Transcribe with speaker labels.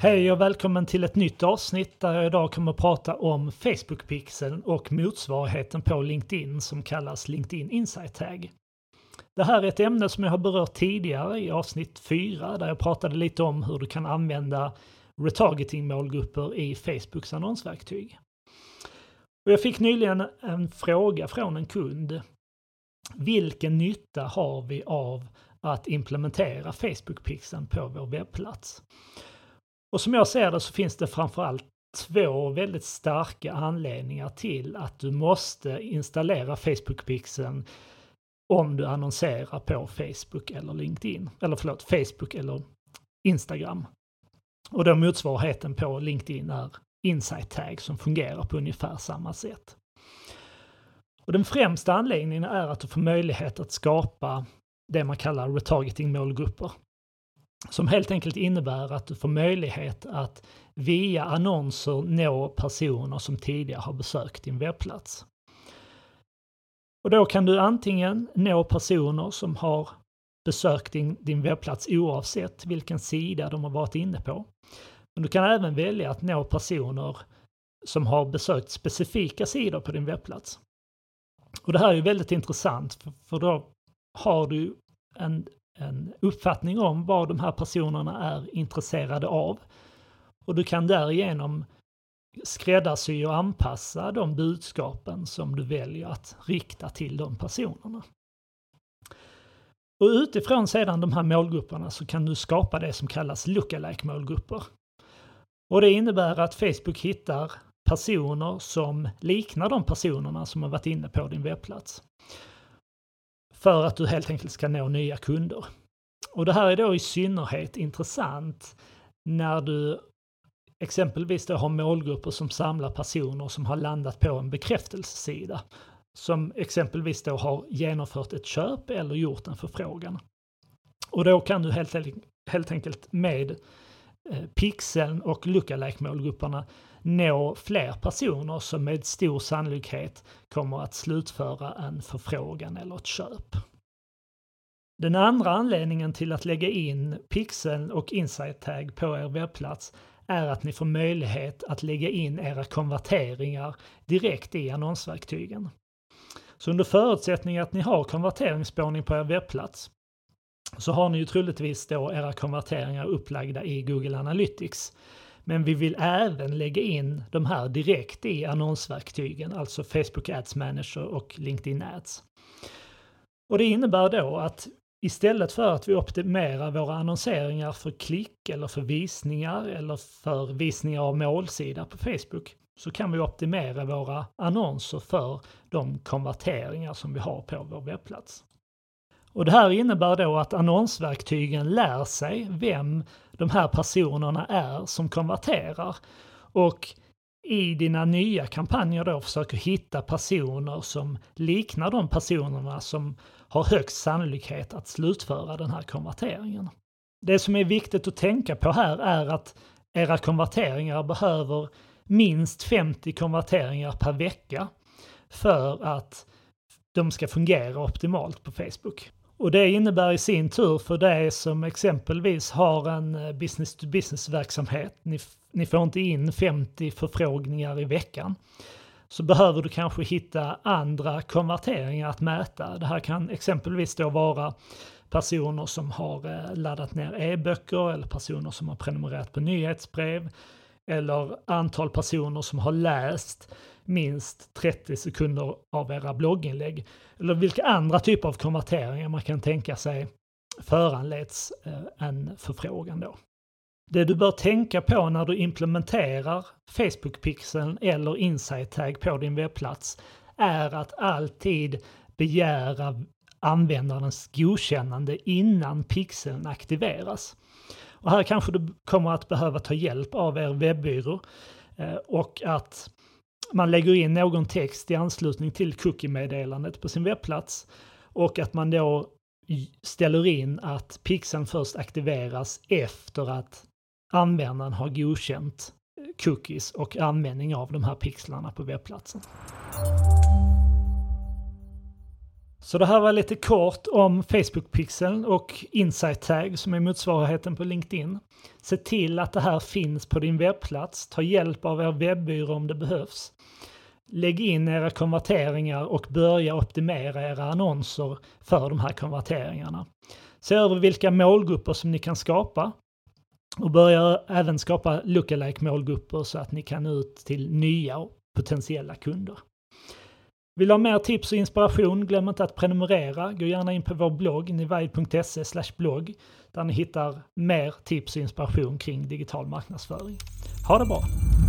Speaker 1: Hej och välkommen till ett nytt avsnitt där jag idag kommer att prata om Facebook-pixeln och motsvarigheten på LinkedIn som kallas LinkedIn Insight Tag. Det här är ett ämne som jag har berört tidigare i avsnitt 4 där jag pratade lite om hur du kan använda retargeting-målgrupper i Facebooks annonsverktyg. Och jag fick nyligen en fråga från en kund. Vilken nytta har vi av att implementera Facebook-pixeln på vår webbplats? Och som jag ser det så finns det framförallt 2 väldigt starka anledningar till att du måste installera Facebook-pixeln om du annonserar på Facebook eller LinkedIn. Facebook eller Instagram. Och då motsvarigheten på LinkedIn är Insight Tag som fungerar på ungefär samma sätt. Och den främsta anledningen är att du får möjlighet att skapa det man kallar retargeting-målgrupper. Som helt enkelt innebär att du får möjlighet att via annonser nå personer som tidigare har besökt din webbplats. Och då kan du antingen nå personer som har besökt din webbplats oavsett vilken sida de har varit inne på. Men du kan även välja att nå personer som har besökt specifika sidor på din webbplats. Och det här är ju väldigt intressant för då har du en uppfattning om vad de här personerna är intresserade av. Och du kan därigenom skräddarsy och anpassa de budskapen som du väljer att rikta till de personerna. Och utifrån sedan de här målgrupperna så kan du skapa det som kallas lookalike-målgrupper. Och det innebär att Facebook hittar personer som liknar de personerna som har varit inne på din webbplats. För att du helt enkelt ska nå nya kunder. Och det här är då i synnerhet intressant när du exempelvis då har målgrupper som samlar personer som har landat på en bekräftelsesida. Som exempelvis då har genomfört ett köp eller gjort en förfrågan. Och då kan du helt enkelt med pixeln och lookalike-målgrupperna nå fler personer som med stor sannolikhet kommer att slutföra en förfrågan eller ett köp. Den andra anledningen till att lägga in pixeln och Insight Tag på er webbplats är att ni får möjlighet att lägga in era konverteringar direkt i annonsverktygen. Så under förutsättning att ni har konverteringsspårning på er webbplats så har ni ju troligtvis då era konverteringar upplagda i Google Analytics. Men vi vill även lägga in de här direkt i annonsverktygen, alltså Facebook Ads Manager och LinkedIn Ads. Och det innebär då att istället för att vi optimerar våra annonseringar för klick eller för visningar eller för visningar av målsida på Facebook så kan vi optimera våra annonser för de konverteringar som vi har på vår webbplats. Och det här innebär då att annonsverktygen lär sig vem de här personerna är som konverterar och i dina nya kampanjer då försöker hitta personer som liknar de personerna som har högst sannolikhet att slutföra den här konverteringen. Det som är viktigt att tänka på här är att era konverteringar behöver minst 50 konverteringar per vecka för att de ska fungera optimalt på Facebook. Och det innebär i sin tur för dig som exempelvis har en business-to-business-verksamhet, ni får inte in 50 förfrågningar i veckan, så behöver du kanske hitta andra konverteringar att mäta. Det här kan exempelvis då vara personer som har laddat ner e-böcker eller personer som har prenumererat på nyhetsbrev eller antal personer som har läst minst 30 sekunder av era blogginlägg. Eller vilka andra typer av konverteringar man kan tänka sig föranleds en förfrågan då. Det du bör tänka på när du implementerar Facebook-pixeln eller Insight Tag på din webbplats är att alltid begära användarens godkännande innan pixeln aktiveras. Och här kanske du kommer att behöva ta hjälp av er webbyrå och att man lägger in någon text i anslutning till cookie-meddelandet på sin webbplats och att man då ställer in att pixeln först aktiveras efter att användaren har godkänt cookies och användning av de här pixlarna på webbplatsen. Så det här var lite kort om Facebook-pixeln och Insight Tag som är motsvarigheten på LinkedIn. Se till att det här finns på din webbplats. Ta hjälp av er webbyrå om det behövs. Lägg in era konverteringar och börja optimera era annonser för de här konverteringarna. Se över vilka målgrupper som ni kan skapa och börja även skapa lookalike målgrupper så att ni kan nå ut till nya och potentiella kunder. Vill du ha mer tips och inspiration, glöm inte att prenumerera. Gå gärna in på vår blogg nivide.se/blogg där ni hittar mer tips och inspiration kring digital marknadsföring. Ha det bra!